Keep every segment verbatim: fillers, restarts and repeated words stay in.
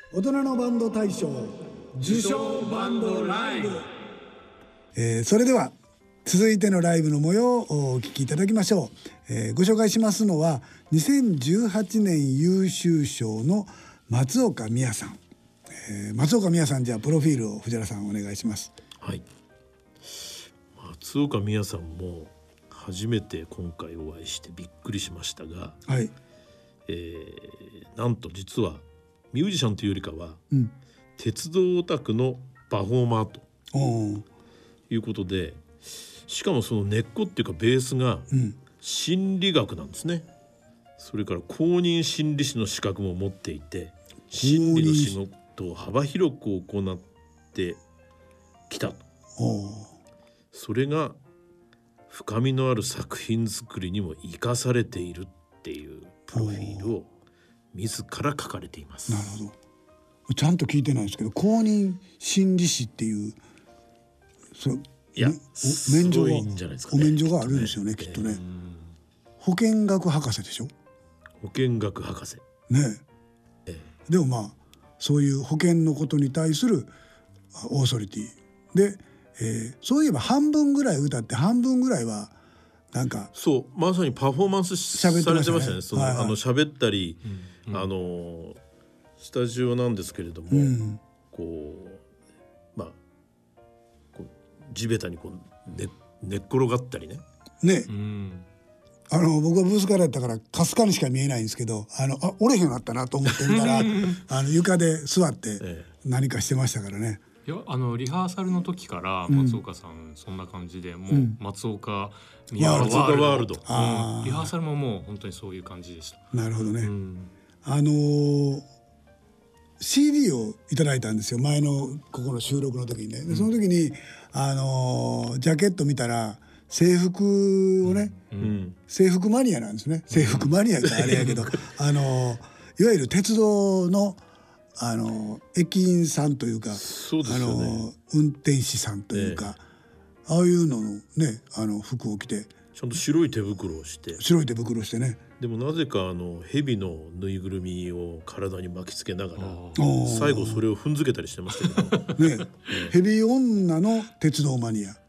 大人のバンド大賞受賞バンドライブ、えー、それでは続いてのライブの模様をお聞きいただきましょう。えー、ご紹介しますのはにせんじゅうはちねん優秀賞の松岡美也さん、えー、松岡美也さん、じゃあプロフィールを藤原さんお願いします。 はい、松岡美也さんも初めて今回お会いしてびっくりしましたが、 はい、 えー、なんと実はミュージシャンというよりかは、うん、鉄道オタクのパフォーマーということで、しかもその根っこっていうかベースが心理学なんですね、うん、それから公認心理師の資格も持っていて、心理の仕事を幅広く行ってきたと。それが深みのある作品作りにも生かされているっていうプロフィールを自ら書かれています。 なるほど。ちゃんと聞いてないですけど、公認心理師っていうそいやお免除が、 いいんじゃないですかね、 お免除があるんですよね、きっとね、きっとね、えー、保険学博士でしょ。 保険学博士ねえ、えー、でもまあそういう保険のことに対するオーソリティで、えー、そういえば半分ぐらい歌って半分ぐらいはなんかそうまさにパフォーマンスされてましたね。その、はいはい、あの喋ったり、うん、あのスタジオなんですけれども、うん、こうまあこう地べたにこう 寝, 寝っ転がったりね。 ね、うん、あの僕はブースからやったからかすかにしか見えないんですけど、あのあ折れへんなったなと思ってみたらあの床で座って何かしてましたからね。 いやあのリハーサルの時から松岡さん、うん、そんな感じでもう松岡ミヤワールド、 うん、リハーサルももう本当にそういう感じでした。 なるほどね、うん、あのー、シーディー をいただいたんですよ、前のここの収録の時にね。でその時に、あのー、ジャケット見たら制服をね、うん、制服マニアなんですね。制服マニアってあれやけどあのー、いわゆる鉄道のあの駅員さんというか、 そうですよね、 あの運転士さんというか、ええ、ああいうののね、あの服を着てちゃんと白い手袋をして白い手袋してね。 でもなぜかあの蛇のぬいぐるみを体に巻きつけながら最後それを踏んづけたりしてましたけどね、蛇女の鉄道マニア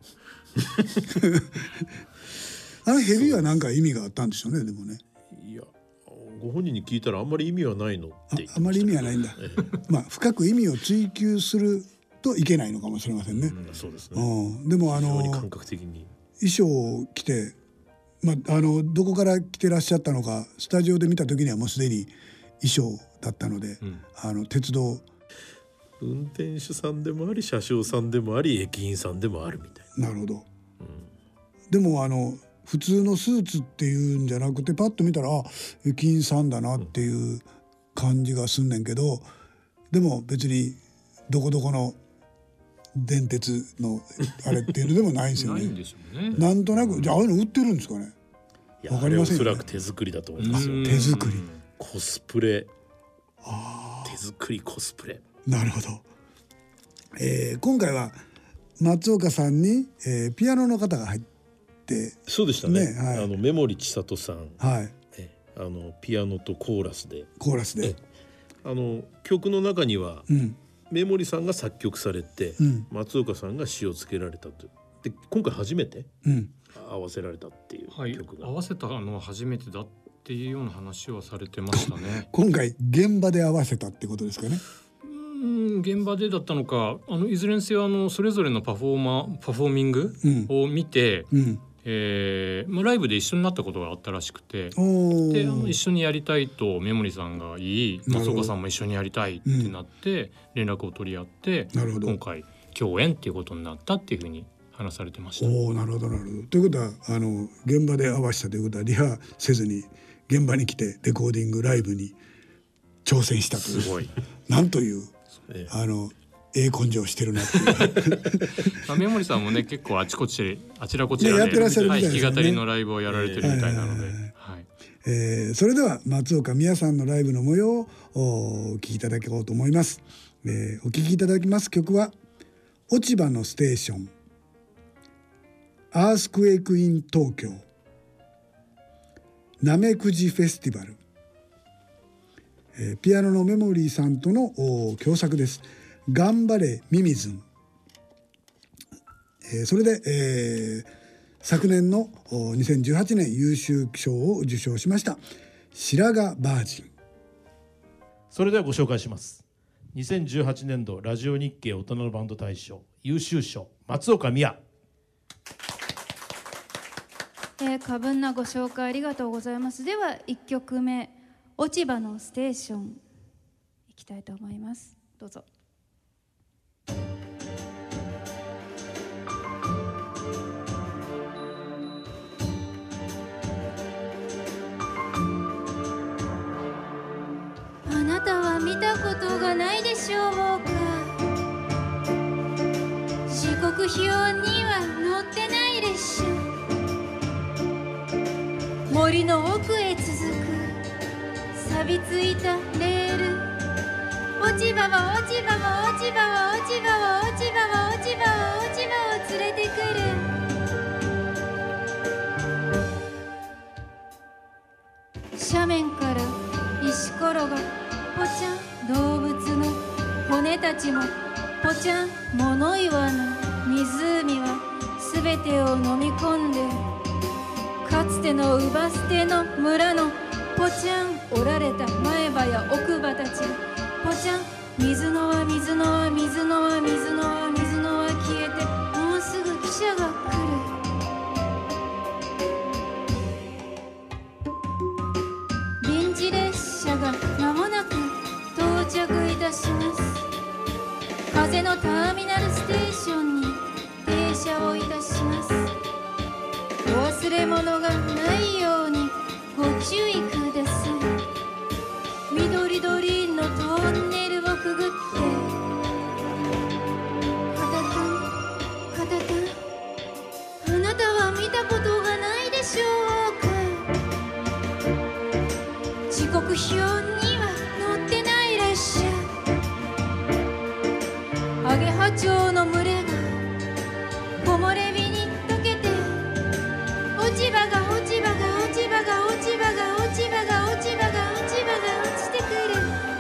あの蛇は何か意味があったんでしょうね。でもね、 いやご本人に聞いたらあんまり意味はないのって言ってました。 あ, あまり意味はないんだ、ええ、まあ深く意味を追求するといけないのかもしれませんね、 うん、そうですね、 うん、でもあの非常に感覚的に衣装を着て、まあ、あのどこから来てらっしゃったのかスタジオで見た時にはもうすでに衣装だったので、うん、あの鉄道運転手さんでもあり車掌さんでもあり駅員さんでもあるみたいな。 なるほど、うん、でもあの普通のスーツっていうんじゃなくてパッと見たらあ駅員さんだなっていう感じがすんねんけど、でも別にどこどこの電鉄のあれっていうのでもないんですよね。 ないんですよね。 なんとなくじゃあああいうの売ってるんですかね。 わかりませんよね。おそらく手作りだと思いますよ。 手作り、 コスプレ、あ手作りコスプレ。 なるほど、えー、今回は松岡さんに、えー、ピアノの方が入ってそうでしたね、 ね、はい、 あのメモリ千里さん、 はい、 えあのピアノとコーラスでコーラスであの曲の中には、うん、メモリさんが作曲されて、うん、松岡さんが詞をつけられたと。で今回初めて、うん、合わせられたっていう曲が、 はい、合わせたのは初めてだっていうような話はされてましたね今回現場で合わせたってことですかね。 うん現場でだったのか、あのいずれにせよあのそれぞれのパフォーマーパフォーミングを見て、うんうんえーまあ、ライブで一緒になったことがあったらしくて、であの一緒にやりたいとメモリさんが言い、松岡さんも一緒にやりたいってなって連絡を取り合って、うん、今回共演っていうことになったっていうふうに話されてました。 おなるほどなるほど。ということはあの現場で合わせたということはリハせずに現場に来てレコーディングライブに挑戦したという、すごいなんという、ええ、あのええ根性してるなっていうまあメモリさんもね結構あちこちあちらこちらで、ね、やってらっしゃるみたいですね、はい、弾き語りのライブをやられてるみたいなので、はいえー、それでは松岡美也さんのライブの模様をお聴きいただこうと思います、えー、お聴きいただきます曲は落ち葉のステーション、アースクエイクイン東京、なめくじフェスティバル、 えー、ピアノのメモリーさんとの共作です。頑張れミミズン、えー、それで、えー、昨年のにせんじゅうはちねん優秀賞を受賞しました白髪バージン。 それではご紹介します。にせんじゅうはちねんどラジオ日経大人のバンド大賞優秀賞、松岡美也。 えー、過分なご紹介ありがとうございます。ではいっきょくめ、落ち葉のステーションいきたいと思います。どうぞ。あなたは見たことがないでしょうか。時刻表には載ってない列車、森の奥へ続く錆びついたレール、落ち葉は落ち葉は落ち葉は落ち葉は落ち葉は落ち葉は落ち葉を連れてくる。斜面から石ころがぽちゃん、動物の骨たちもぽちゃん、物言わぬ湖はすべてを飲み込んで、かつての姥捨ての村のぽちゃん、折られた前歯や奥歯たちぽちゃん、水の輪水の輪水の輪水の輪水の輪消えて、もうすぐ汽車が来る。臨時列車が間もなく到着いたします。風のターミナルステーションに停車をいたします。お忘れ物がないようにご注意ください。緑鳥のトンネルをくぐって、カタタンカタタン、あなたは見たことがないでしょうか。時刻表には載ってない列車、アゲハチョウの群れが木漏れ日に溶けて、落ち葉が落ち葉が落ち葉が落ち葉が落ち葉が落ち葉が落ち葉が落ちてくる。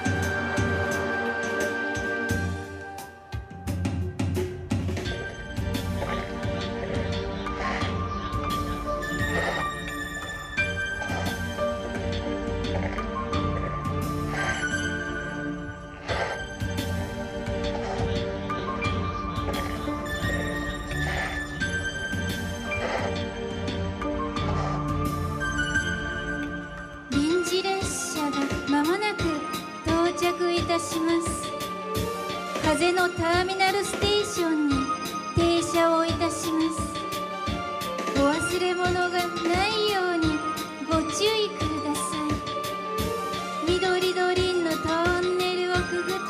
臨時列車が間もなく到着いたします。風のターミナルステーションに停車をいたします。お忘れ物がないようにご注意ください。緑鳥のトンネルをくぐって、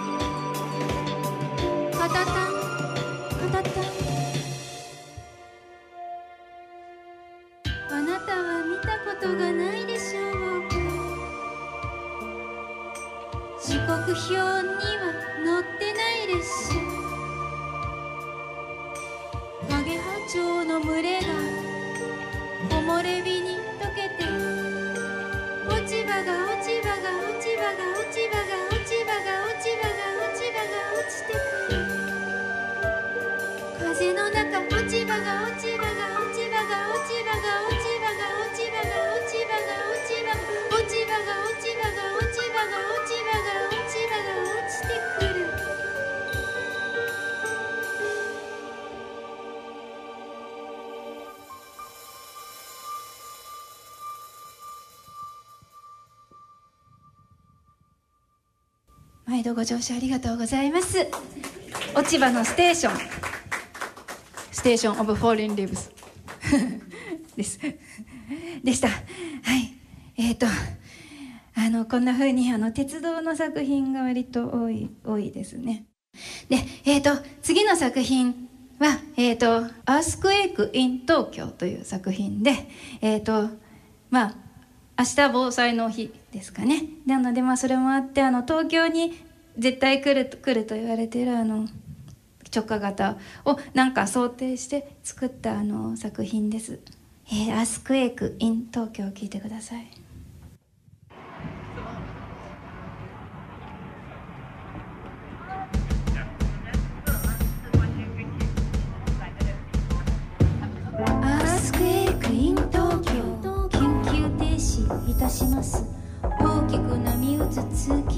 カタタンカタタン、あなたは見たことがないでしょうか。時刻表には載ってない列車、アゲハチョウの群れが木漏れ日に溶けて、落ち葉が落ち葉が落ち葉が落ち葉が落ち葉が落ち葉が落ち葉が落ちてくる。風の中、落ち葉が落ち葉が落ち葉が落ち葉が落ち葉が落ち葉が落ち葉が落ち葉が落ち葉が落ち葉が落ち葉が落ち葉が落ち葉が落ちてくる。毎度ご乗車ありがとうございます。落ち葉のステーション、ステーションオブフォーリンリブスですでした。はい、えっ、ー、とあのこんな風にあの鉄道の作品が割と多い多いですね。で、えっ、ー、と次の作品はえっ、ー、とアースクエイク in 東京という作品で、えっ、とまあ明日防災の日ですかね。なのでまあそれもあって、あの東京に絶対来る来ると言われているあの直下型をなんか想定して作ったあの作品です。えー、アースクエイク in 東京を聞いてください。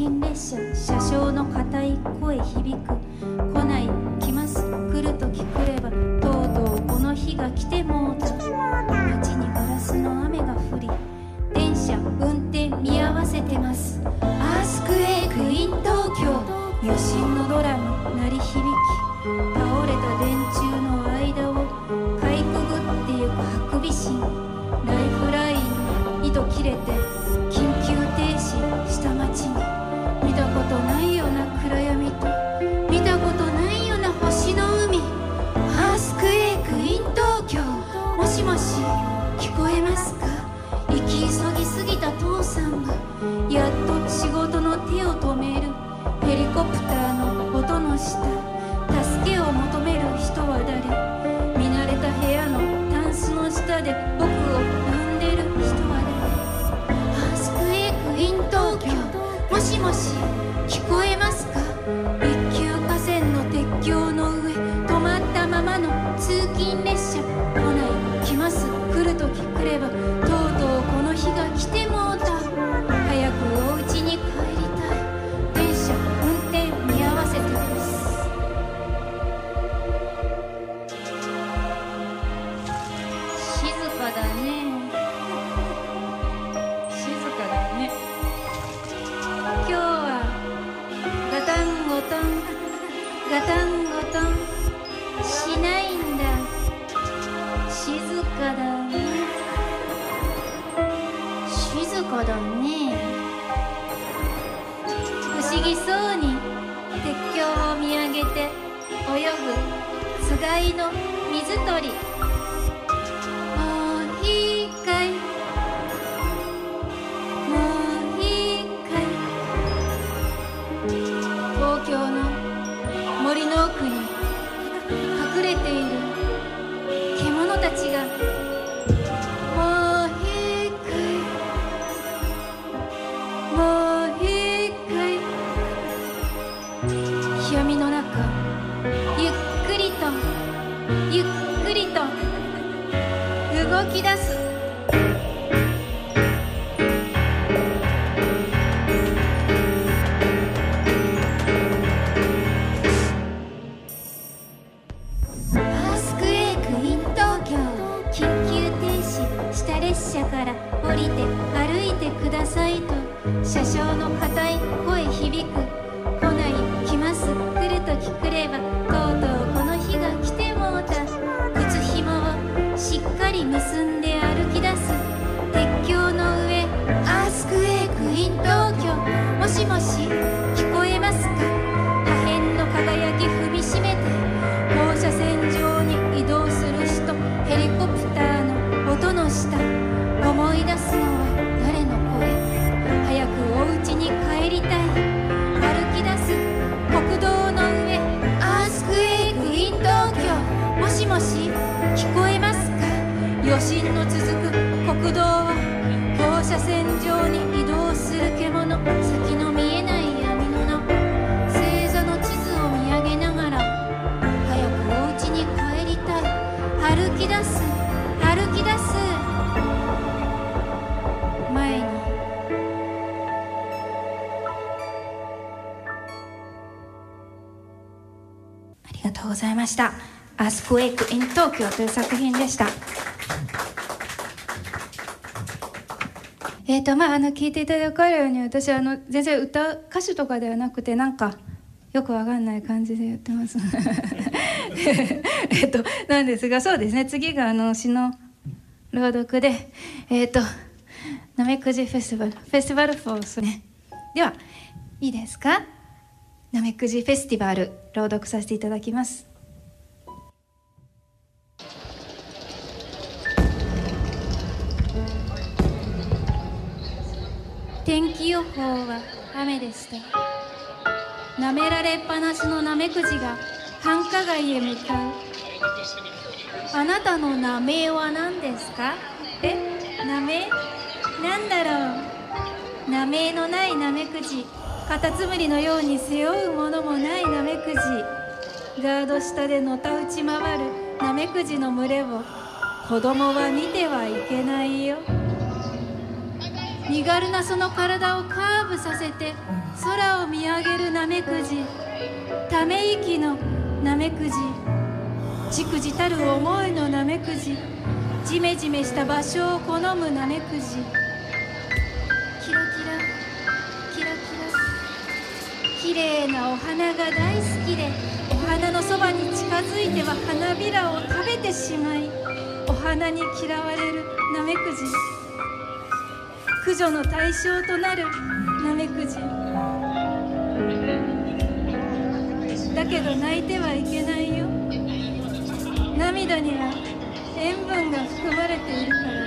勤列車、車掌の固い声響く。来ない、来ます、来るとき来れば、とうとうこの日が来てもうた。街にガラスの雨が降り、電車運転見合わせてます。アースクエイクイン東京、余震のドラム鳴り響き、倒れた電柱の間をかいくぐってゆくハクビシン。ライフライン糸切れて緊急停止した街に、見たことないような暗闇と見たことないような星の海。アースクエイクイン東京、もしもし聞こえますか。行き急ぎすぎた父さんがやっと仕事の手を止める。ヘリコプターの音の下、助けを求める人は誰。見慣れた部屋のタンスの下で僕を産んでる人は誰。アースクエイクイン東京、もしもし聞こえますか。一級河川の鉄橋の上、止まったままの通勤列車。来ない、来ます、来るとき来れば、とうとうこの日が来てもうた。早くお家に帰りたい。電車運転見合わせてです。静かだね。静かだね。今日はガタンゴトンガタンゴトンしないんだ。静かだね。静かだね。不思議そうに鉄橋を見上げて泳ぐつがいの水鳥。もういいかい、もういいかい。東京の森の奥に隠れている獣たちが、もういいかい、もういいかい。闇の中、ゆっくりとゆっくりと動き出す。アースクエイクイン東京、緊急停止した列車から降りて歩いてくださいと車掌の固い声響く。来ない、来ます、来るとき来れば、とうとうこの日が来てもうた。靴ひもをしっかり結んで歩き出す。鉄橋の上、アースクエイクイン東京、もしもし聞こえますか。破片の輝き踏みしめて放射線上に移動する人。ヘリコプターの音の下、思い出すのは誰の声。早くお家に帰りたい。歩き出す国道の上、アースクエイクイン東京、もしもし聞こえますか。余震の続く国道は放射線上に移動する獣。先の見えない闇の中、星座の地図を見上げながら、早くお家に帰りたい。歩き出す歩き出す。前にありがとうございました。アースクエイクイン東京という作品でした。えーとまあ、あの聞いていただかるように、私あの全然歌歌手とかではなくて、なんかよくわかんない感じでやってますえっとなんですが、そうですね、次があの詩の朗読で、えっとなめくじフェスティバルフェスティバルフォースね。ではいいですか。なめくじフェスティバル朗読させていただきます。天気予報は雨でした。なめられっぱなしのなめくじが繁華街へ向かう。あなたの名前は何ですか。え、名前なんだろう。名前のないなめくじ、カタツムリのように背負うものもないなめくじ、ガード下でのたうち回るなめくじの群れを子供は見てはいけないよ。 身軽なその体をカーブさせて空を見上げるナメクジ、ため息のナメクジ、じくじたる思いのナメクジ、ジメジメした場所を好むナメクジ。キラキラキラキラ、きれいなお花が大好きで、お花のそばに近づいては花びらを食べてしまい、お花に嫌われるナメクジ、駆除の対象となるナメクジ。だけど泣いてはいけないよ。涙には塩分が含まれているから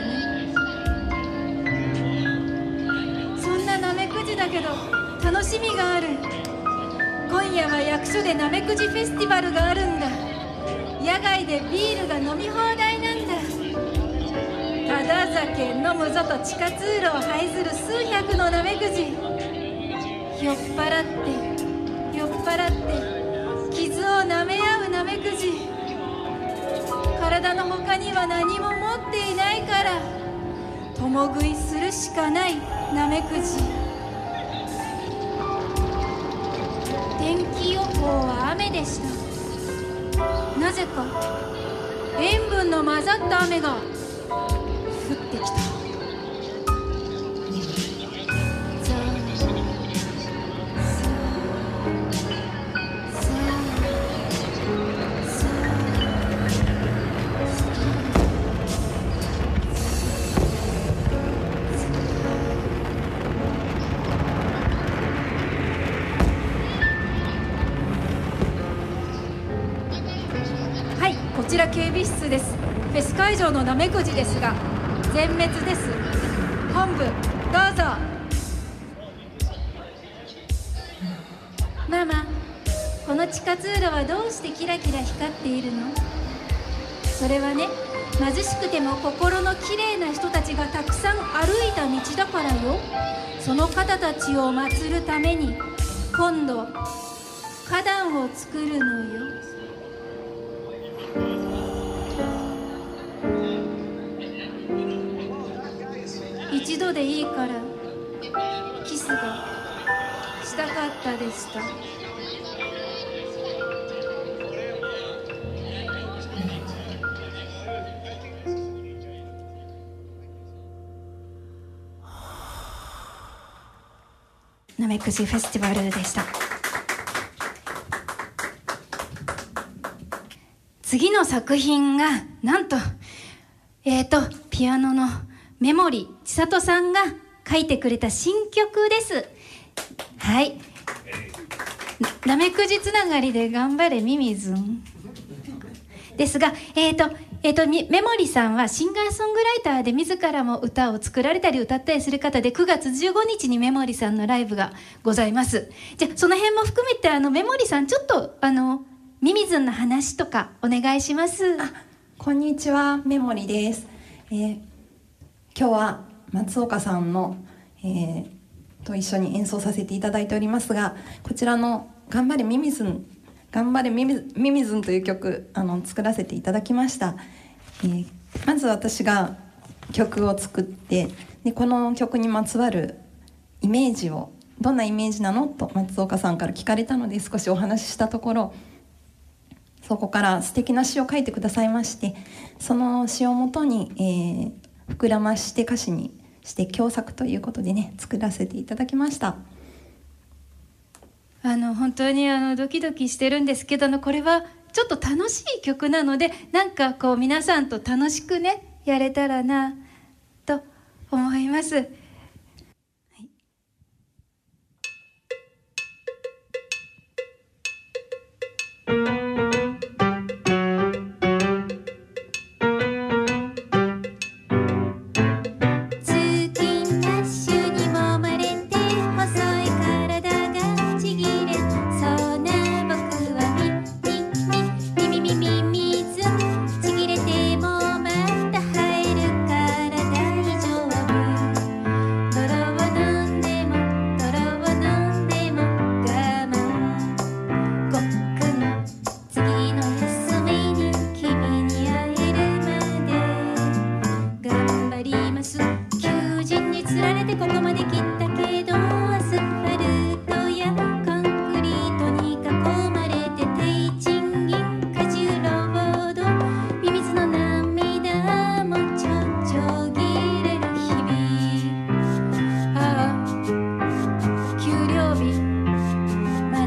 ね。そんなナメクジだけど楽しみがある。今夜は役所でナメクジフェスティバルがあるんだ。野外でビールが飲み放題なんだ。ただ酒飲むぞと地下通路を這いずる数百のナメクジ。酔っ払って酔っ払って傷を舐め合うナメクジ。体の他には何も持っていないから共食いするしかないナメクジ。天気予報は雨でした。なぜか塩分の混ざった雨が降ってきた。こちら警備室です。フェス会場のナメクジですが全滅です。本部どうぞ。ママ、この地下通路はどうしてキラキラ光っているの？それはね、貧しくても心のきれいな人たちがたくさん歩いた道だからよ。その方たちを祀るために今度花壇を作るのよ。一度でいいからキスがしたかったでした。ナメクジフェスティバルでした。次の作品がなんとえーとピアノのメモリ千里さんが書いてくれた新曲です。はい、ナメクジつながりで頑張れミミズンですが、えーとえーとメモリさんはシンガーソングライターで自らも歌を作られたり歌ったりする方で、くがつじゅうごにちにメモリさんのライブがございます。じゃあその辺も含めてあのメモリさんちょっとあのミミズンの話とかお願いします。 あ、こんにちは、メモリです。えー今日は松岡さんの、えー、と一緒に演奏させていただいておりますが、こちらの頑張れミミズン頑張れミミミミズンという曲あの作らせていただきました。えー、まず私が曲を作って、でこの曲にまつわるイメージを、どんなイメージなのと松岡さんから聞かれたので少しお話ししたところ、そこから素敵な詩を書いてくださいまして、その詩をもとに、えー膨らまして歌詞にして共作ということでね、作らせていただきました。 あの本当にあのドキドキしてるんですけど、あのこれはちょっと楽しい曲なので、なんかこう皆さんと楽しくねやれたらなと思います。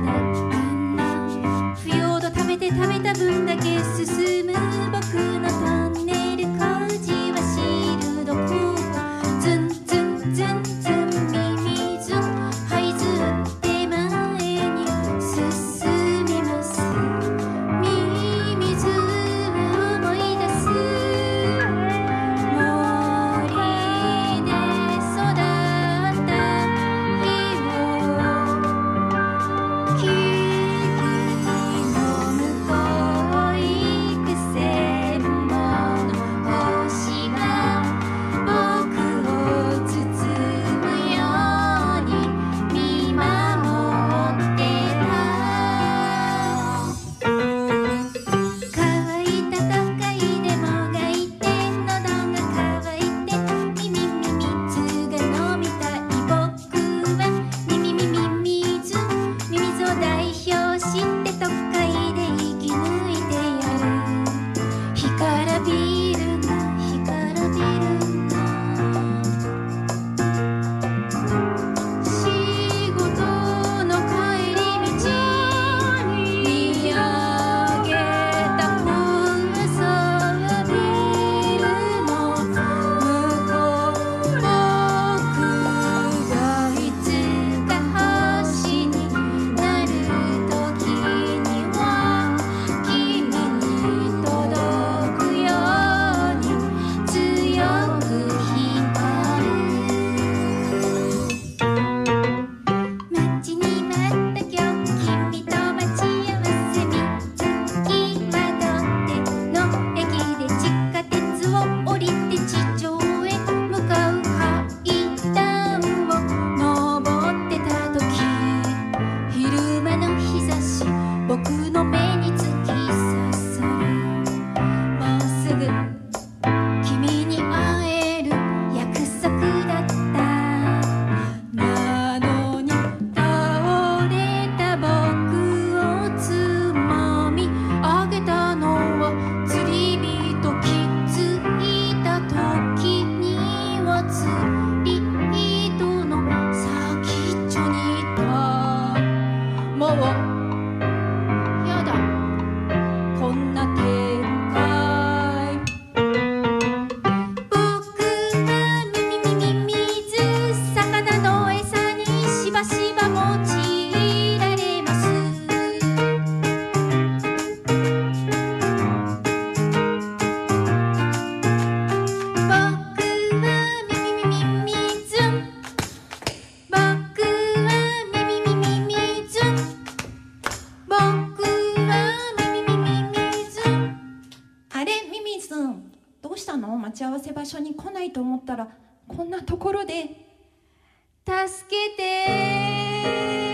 場所に来ないと思ったらこんなところで助けて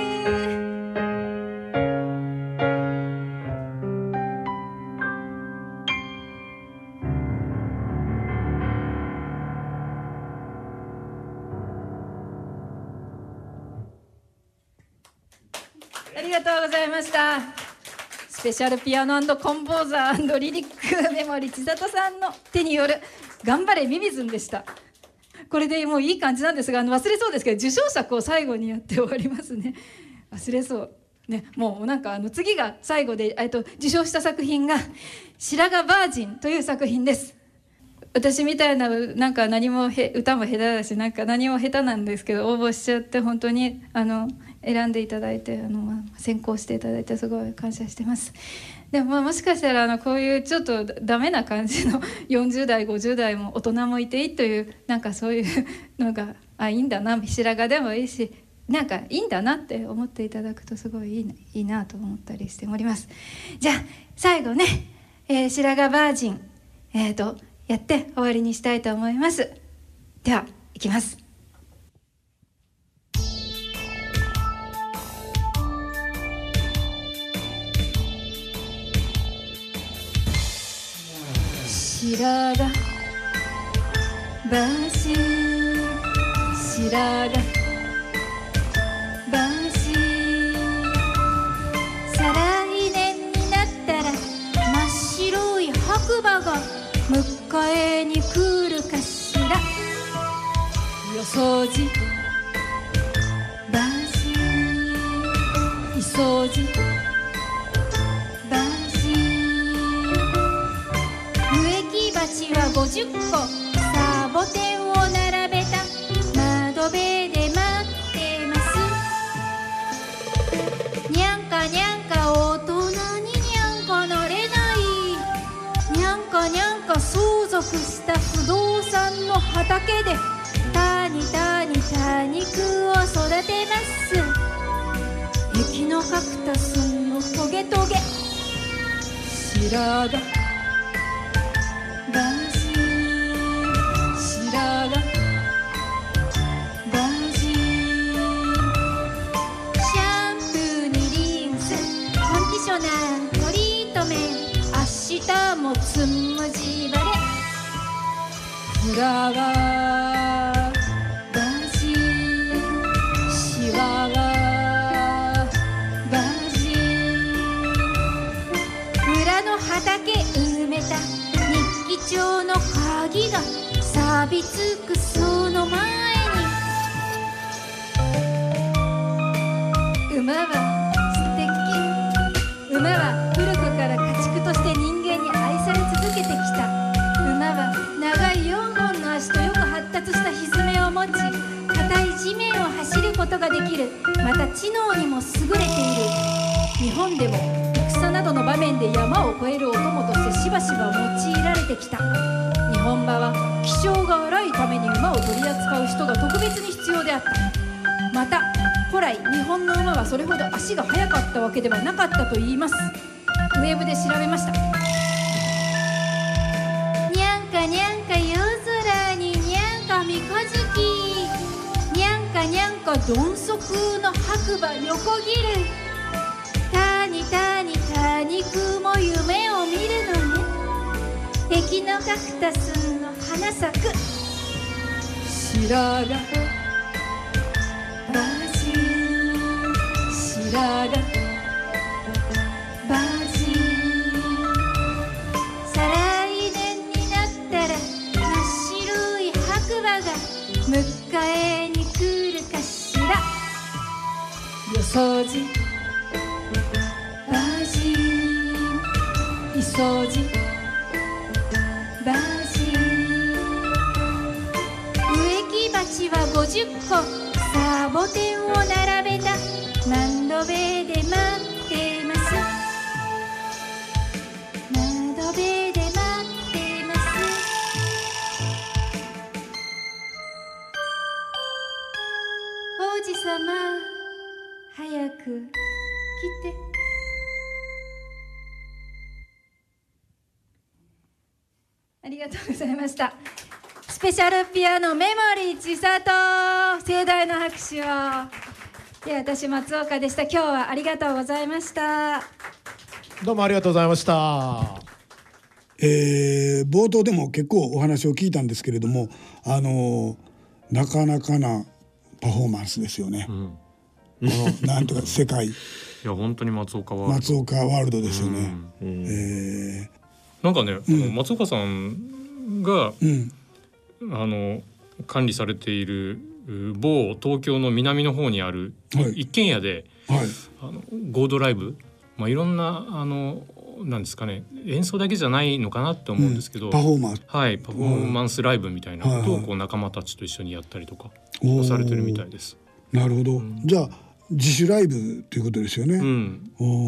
ありがとうございました。スペシャルピアノ&コンポーザー&リリックメモリ千里さんの手による頑張れミミズンでした。これでもういい感じなんですが、あの忘れそうですけど受賞作を最後にやって終わりますね。忘れそうね。もうなんかあの次が最後で、えっと受賞した作品が白髪バージンという作品です。私みたいななんか何もへ歌も下手だしなんか何も下手なんですけど応募しちゃって本当にあの選んでいただいてあの、まあ、選考していただいてすごい感謝してます。でも、まあ、もしかしたらあのこういうちょっとダメな感じのよんじゅう代ごじゅう代も大人もいていいというなんかそういうのがあいいんだな、白髪でもいいしなんかいいんだなって思っていただくとすごいいいな、いいなと思ったりしております。じゃあ最後ね、えー、白髪バージン、えーとやって終わりにしたいと思います。ではいきます。白髪バージン白髪バージン再来年になったら真っ白い白馬が迎えに来るかしら。よ掃除バージン掃除植木鉢はごじゅっこ、サボテンを並べた窓辺で待ってます。にゃんかにゃんか大人ににゃんかなれない、にゃんかにゃんか相続した不動産の畑でたにたに多肉を育てます。駅のカクタスのトゲトゲ、白髪バジル、白髪バジル、シャンプーにリンス、コンディショナー、トリートメント、明日もつむじバレ、フラワーバジル、シワワバジル、裏の畑埋めた日記帳の鍵が錆びつくその前に、馬は素敵、馬は古くから家畜として人間に愛され続けてきた。馬は長いよんほんの足とよく発達したひづめを持ち、硬い地面を走ることができる。また知能にも優れている。日本でも戦などの場面で山を越えるお供としてしばしば用いられてきた。日本馬は気性が荒いために馬を取り扱う人が特別に必要であった。また古来日本の馬はそれほど足が速かったわけではなかったといいます。ウェブで調べました。にゃんかにゃんか夜空ににゃんか三日月、にゃんかにゃんかどん底の白馬横切る。たにたに多肉も夢を見るのね。駅のカクタスの花咲く。白髪バジル、白髪バジル、再来年になったら真っ白い白馬が迎えに来るかしら。よ掃除バジル、い掃除バジル、植木鉢はごじゅっこ、サボテンを並べた窓辺で待ってます。窓辺で待ってます。王子様早く来て。ありがとうございました。スペシャルピアノメモリー千里、盛大な拍手を。で、私松岡でした。今日はありがとうございました。 どうもありがとうございました。 えー、冒頭でも結構お話を聞いたんですけれども、あのなかなかなパフォーマンスですよね。うん、このなんとか世界いや本当に松岡ワールド、 松岡ワールドですよね。 うんうん、 えーなんかね、うん、松岡さんが、うん、あの管理されている某東京の南の方にある一軒家で、はい、あのゴードライブ、まあ、いろんなあのなんですかね、演奏だけじゃないのかなって思うんですけど、うん、 パフォーマンス、 はい、パフォーマンスライブみたいなことをこう仲間たちと一緒にやったりとかされてるみたいです。 なるほど、うん、じゃあ自主ライブということですよね。うん、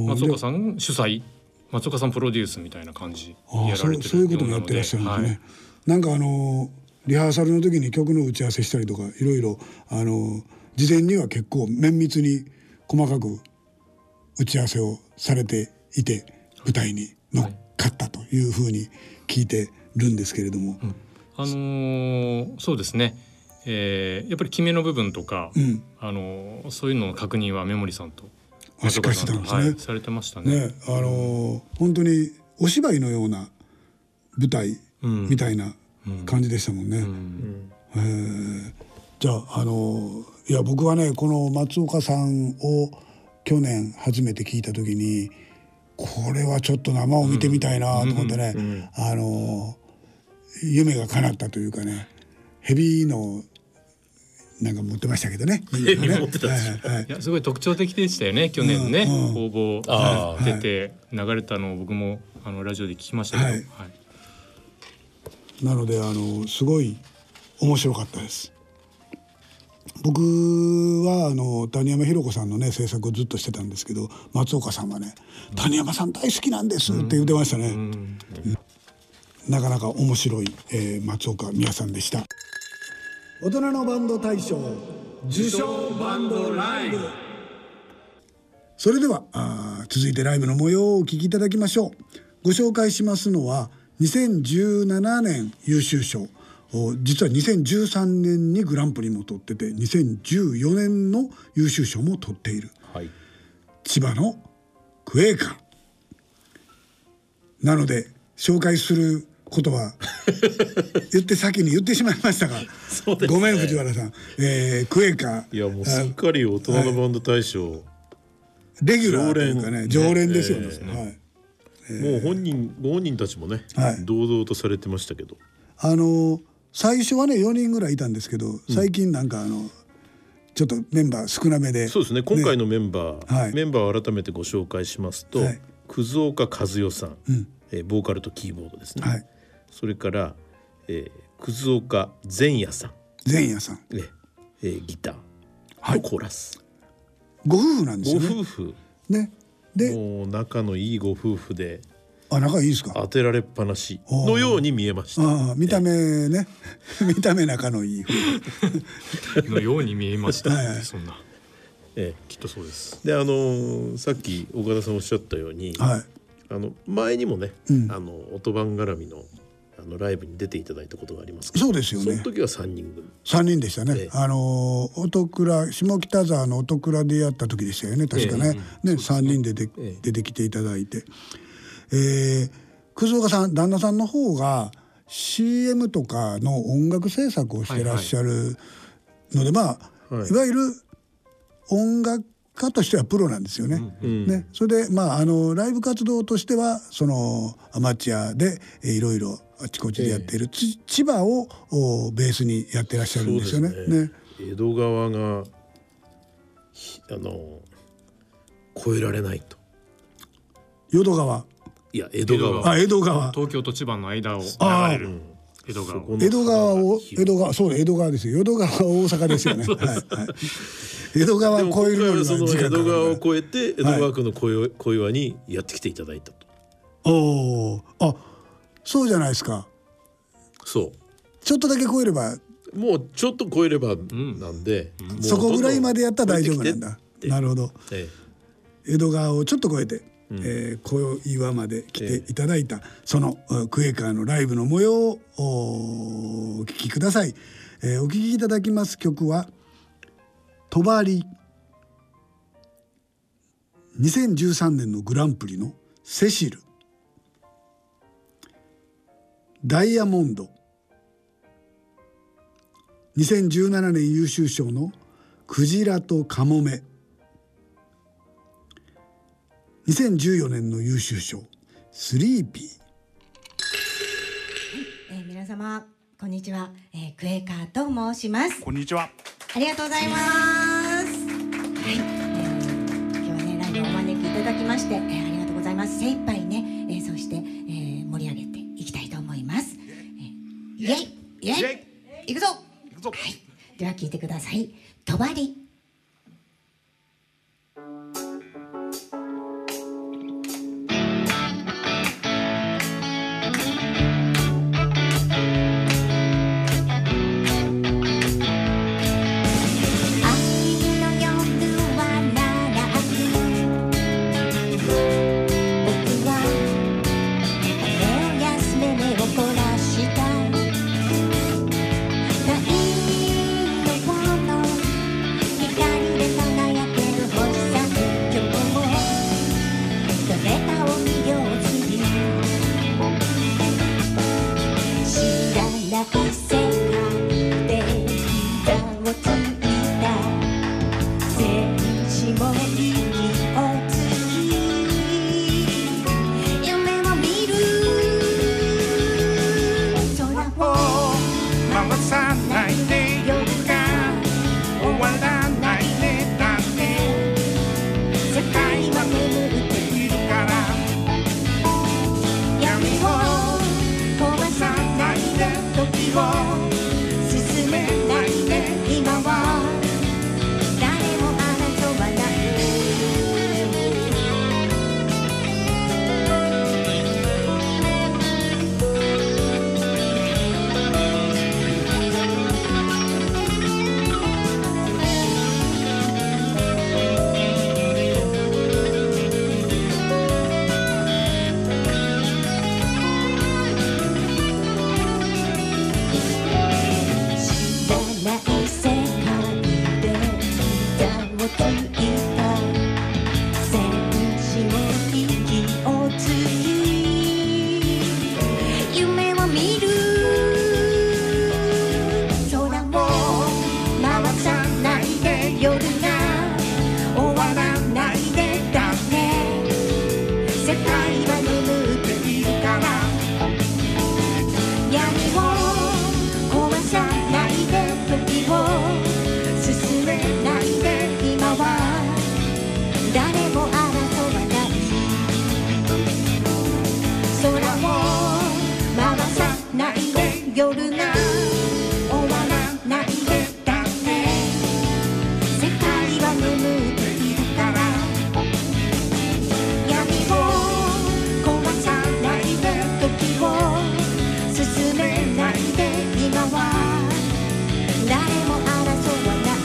松岡さん主催、松岡さんプロデュースみたいな感じやられてるようなので、 そういうこともやってらっしゃるんですね。はい、なんかあのリハーサルの時に曲の打ち合わせしたりとかいろいろあの事前には結構綿密に細かく打ち合わせをされていて舞台に乗っかったというふうに聞いてるんですけれども、うん、 あのー、そうですね、えー、やっぱり決めの部分とか、うん、あのー、そういうのの確認はメモリさんとしっかりしてたんですね。はい、 されてましたね。 ね、あのー、本当にお芝居のような舞台みたいな感じでしたもんね。うんうんえー、じゃあ、あのー、いや僕はねこの松岡さんを去年初めて聞いた時にこれはちょっと生を見てみたいなと思ってね、うんうんうん、あのー、夢が叶ったというかね、ヘビのなんか持ってましたけどね。 手に持ってたでしょ、 はいはい、 いやすごい特徴的でしたよね去年ね、うんうん、応募出て流れたのを僕もあのラジオで聞きましたけど、はいはい、 なのであのすごい面白かったです。僕はあの谷山ひろ子さんのね制作をずっとしてたんですけど、松岡さんはね、うん、谷山さん大好きなんですって言ってましたね、うんうん、なかなか面白い、えー、松岡美也さんでした。大人のバンド大賞受賞バンドライブ。それではあ続いてライブの模様をお聞きいただきましょう。ご紹介しますのはにせんじゅうななねん優秀賞、実はにせんじゅうさんねんにグランプリも取っててにせんじゅうよねんの優秀賞も取っている、はい、千葉のクエーカーなので紹介することは言って先に言ってしまいましたがそうです、ね、ごめん藤原さん、えー、クエーカーいやもうすっかり大人のバンド大賞、はい、 レギュラーというかね常連ですよね、えーはいえー、もう本人ご本人たちもね、はい、堂々とされてましたけど、 あの最初はねよにんぐらいいたんですけど最近なんかあのちょっとメンバー少なめで、 そうですね今回のメンバー、はい、メンバーを改めてご紹介しますと、はい、葛岡和代さん、うんえー、ボーカルとキーボードですね、はい、それから、えー、葛岡善也さん善也さん、 ええー、ギター、はい、コーラスご夫婦なんですよね。 ご夫婦ねでもう仲のいいご夫婦であ仲いいですか。 当てられっぱなしのように見えました。 あ見た目ね見た目仲のいい夫婦のように見えましたはい、はい、そんな、 ええ、きっとそうです。であのー、さっき岡田さんおっしゃったように、はい、あの前にもね、うん、あの音番絡みのあのライブに出ていただいたことがありますけど、 そうですよね。 その時はさんにん組さんにんでしたね、ええ、あの音倉下北沢の音倉でやった時でしたよね確かね、ええ、ねさんにんでで、ええ、出てきていただいて、えー、葛岡さん旦那さんの方が シーエム とかの音楽制作をしてらっしゃるので、はいはい、まあ、はい、いわゆる音楽家としてはプロなんですよね。うん、ねそれで、まあ、あのライブ活動としてはそのアマチュアでいろいろあちこちでやっている、えー、千葉をベースにやってらっしゃるんですよね。ねね江戸川があの越えられないと。 淀川いや江戸川あ江戸川東京と千葉の間を流れる江戸川江戸川を江戸川そうね江戸川ですよ。淀川は大阪ですよねはい、はい、江戸川を越えるような時間かかる。 江戸川を越えて江戸川区の小小岩にやってきていただいたと、 はい、おあそうじゃないですか。 そうちょっとだけ越えればもうちょっと越えればなんで、 うん、そこぐらいまでやったら大丈夫なんだ。なるほど、ええ、江戸川をちょっと越えてうんえー、小岩まで来ていただいた、えー、そのクエーカーのライブの模様をお聞きください、えー、お聴きいただきます曲はとばりにせんじゅうさんねんのグランプリのセシルダイヤモンドにせんじゅうななねん優秀賞のクジラとカモメにせんじゅうよねんの優秀賞スリーピー、 えー、皆様こんにちは、えー、クエーカーと申します。 こんにちは。 ありがとうございます。はい、えー、今日はねライブをお招きいただきまして、えー、ありがとうございます。精一杯ね、えー、そして、えー、盛り上げていきたいと思います。えー、イエイイエイいくぞいくぞ。はい、では聞いてください。とばり誰も争わない空を回さないで夜が終わらないでだね世界は眠っているから闇を壊さないで時を進めないで今は誰も争わない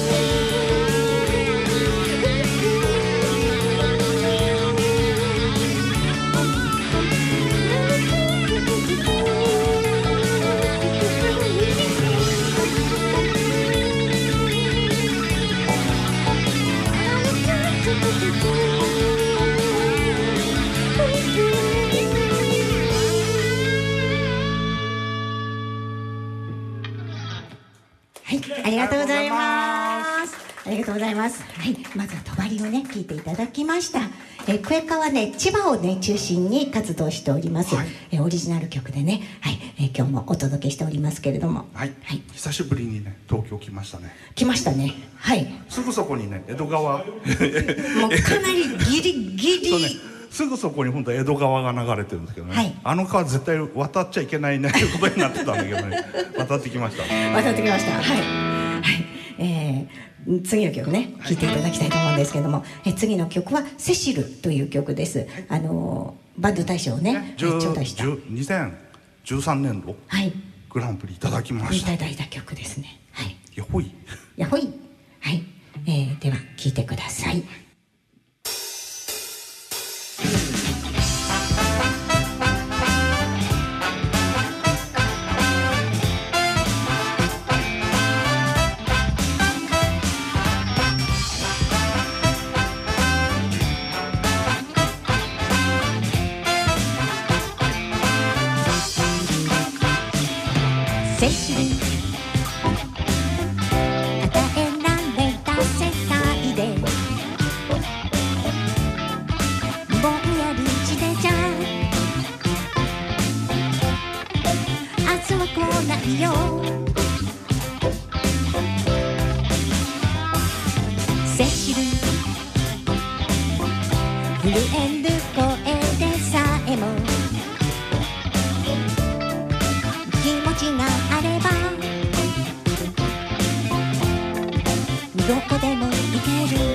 はい、ありがとうございます。ありがとうございます。はい、まずはとばりをね聞いていただきました。えー、クエカはね千葉をね中心に活動しております。はい、えー、オリジナル曲でね、はい、えー、今日もお届けしておりますけれども、 はい、はい、久しぶりにね東京来ましたね。 来ましたね。はい。 すぐそこにね江戸川。もうかなりギリギリ。 そうね。すぐそこに本当江戸川が流れてるんですけどね、はい、あの川絶対渡っちゃいけないねということになってたんだけどね渡ってきました。 渡ってきました。はい、はい、えー、次の曲ね聴いていただきたいと思うんですけれども、え次の曲は「セシル」という曲です。はい、あのバンド大賞をね頂戴したにせんじゅうさんねん度グランプリいただきました。 いただいた曲ですね。はい、 やほいやほい。はい、えー、では聴いてください。セシル与えられた世界でぼんやりしてちゃ明日は来ないよセシル震える声でさえも気持ちがあればどこでも行ける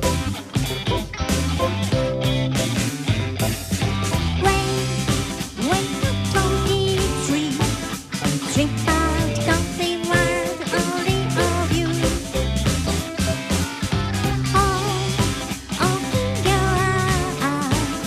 Wait, wait twenty-three Trip out country world only of you Oh, open your eyes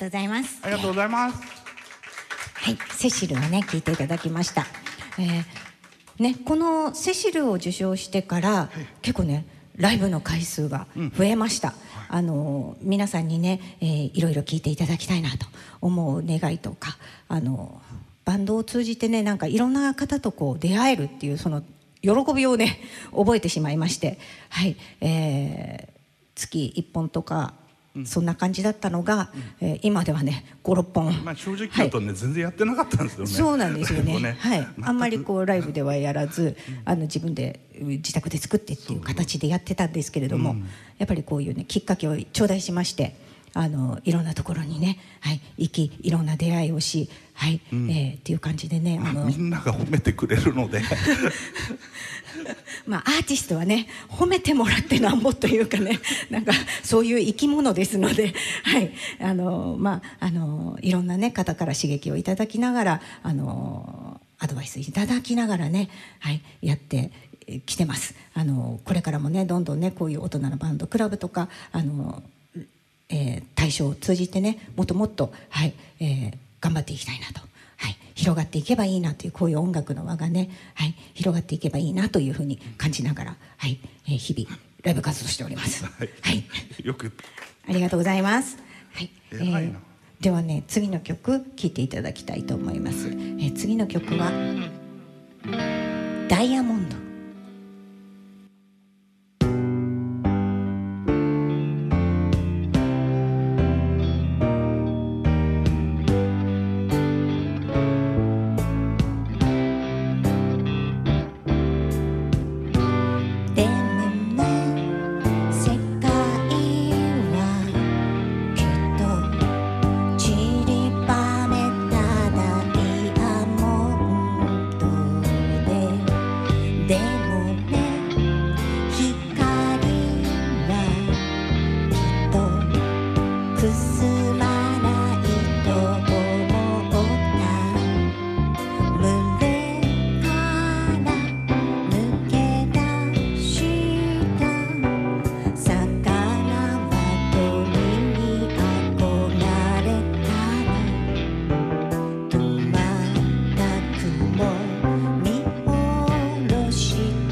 とうございます。 ありがとうございます。 はい、セシルをね聞いていただきました。えー、ねこのセシルを受賞してから、はい、結構ねライブの回数が増えました。うん、あの皆さんにね、えー、いろいろ聞いていただきたいなと思う願いとか、あのバンドを通じてねなんかいろんな方とこう出会えるっていうその喜びをね覚えてしまいまして、はい、えー、月いっぽんとかそんな感じだったのが、うん、えー、今ではねご、ろっぽん、 まあ、正直言うとね、はい、全然やってなかったんですよね。 そうなんですよね、 ね、 はい、あんまりこうライブではやらず、あの自分で自宅で作ってっていう形でやってたんですけれども、うん、やっぱりこういうねきっかけを頂戴しまして、あのいろんなところにね、はい、行きいろんな出会いをし、はい、うん、えー、っていう感じでね、あのみんなが褒めてくれるのでまあアーティストはね褒めてもらってなんぼというかね、なんかそういう生き物ですので、はい、あのまああのいろんなね方から刺激をいただきながら、あのアドバイスいただきながらね、はい、やってきてます。あのこれからもねどんどんねこういう大人のバンドクラブとか、あの、えー、対象を通じてねもっともっと、はい、えー、頑張っていきたいなと、はい、広がっていけばいいなという、こういう音楽の輪がね、はい、広がっていけばいいなというふうに感じながら、はい、えー、日々ライブ活動しております。はい、はい、 よくありがとうございます。はい、えー、ではね次の曲聴いていただきたいと思います。えー、次の曲はダイヤモンド。し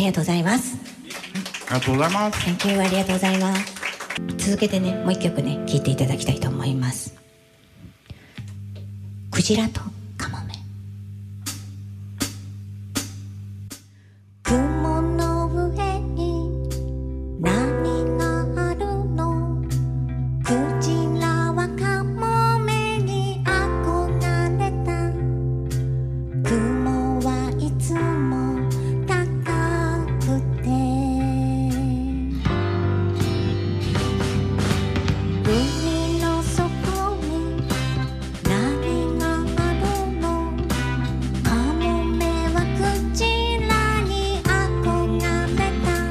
りがとうございます。 ありがとうございます。 Thank you ありがとうございます。続けてねもう一曲ね聴いていただきたいと思います。クジラとカモメ。雲の上に何があるの。クジラはカモメに憧れた。雲はいつも高くて海の底に何があるの。カモメはクジラに憧れた。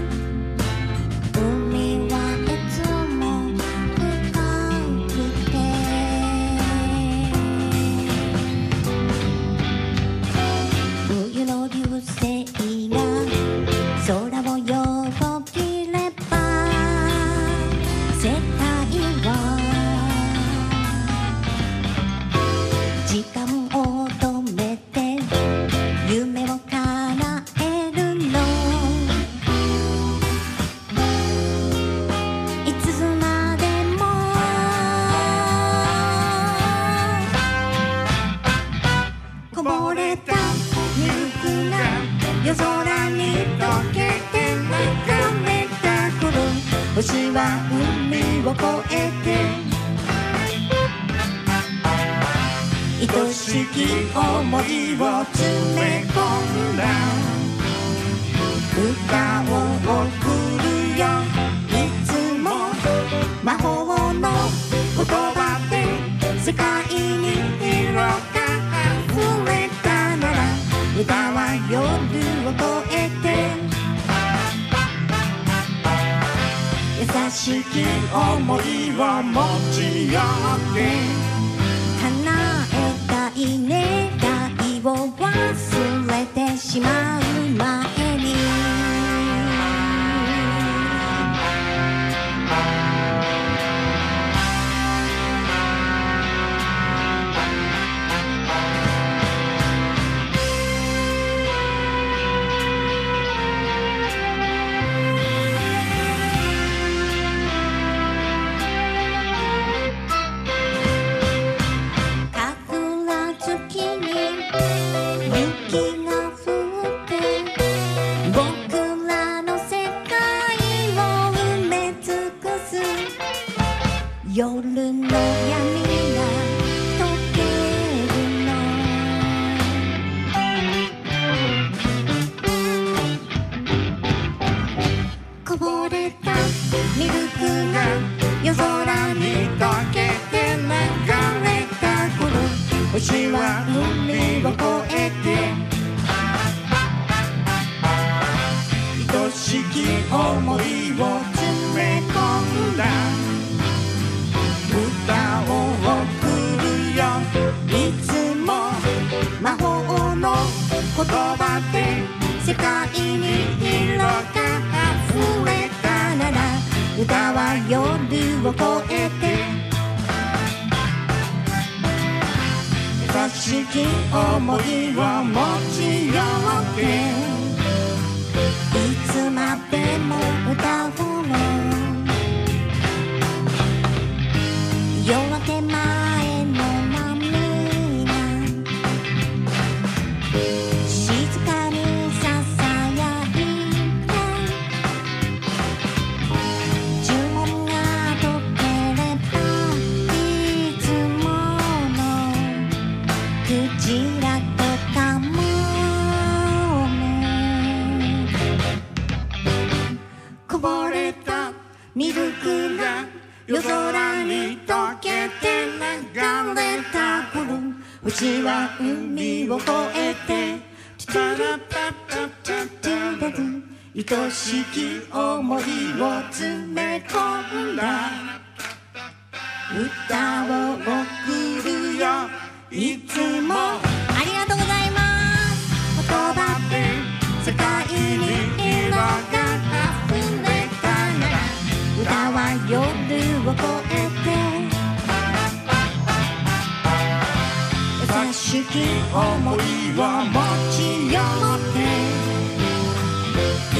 海はいつも深くて冬の流星が空を横切れば世界は時間を止めて夢を叶えるの。いつまでもこぼれたミルクが夜空に溶けて流れた頃、星は海を越えて愛しき想いを詰め込んだ歌を送るよ。いつも魔法の言葉で世界に色が溢れたなら、歌は夜を越えて優しき想いを持ち寄って叶えたい願いを忘れてしまう前に。桜月に雪が降って僕らの世界を埋め尽くす。夜の闇が溶けるの。こぼれたミルクが夜空に溶けて流れた頃、星は海を越えて愛しき想いを詰め込んだ歌を送るよ。いつも魔法の言葉で世界に色が溢れたなら、歌は夜を越えて優しき想いを持ち寄っていつまでも歌うの。夜明け前の波が静かにささやいて、呪文が解ければいつものクジラとカモメ。こぼれたミルクが夜空に溶けて流れた頃、星は海を越えて愛しき想いを詰め込んだ歌を送るよ。いつもありがとうございます。言葉で世界に色が溢れたなら、歌は夜を越えて優しき想いを持ち寄って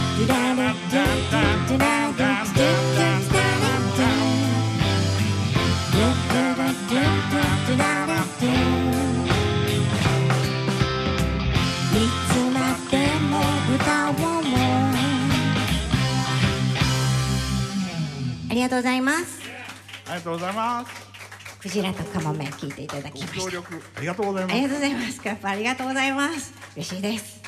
ありがとうございます。 ありがとうございます。 クジラとカモメ聞いていただきました。 ご協力ありがとうございます。 ありがとうございます。やっぱありがとうございます。嬉しいです。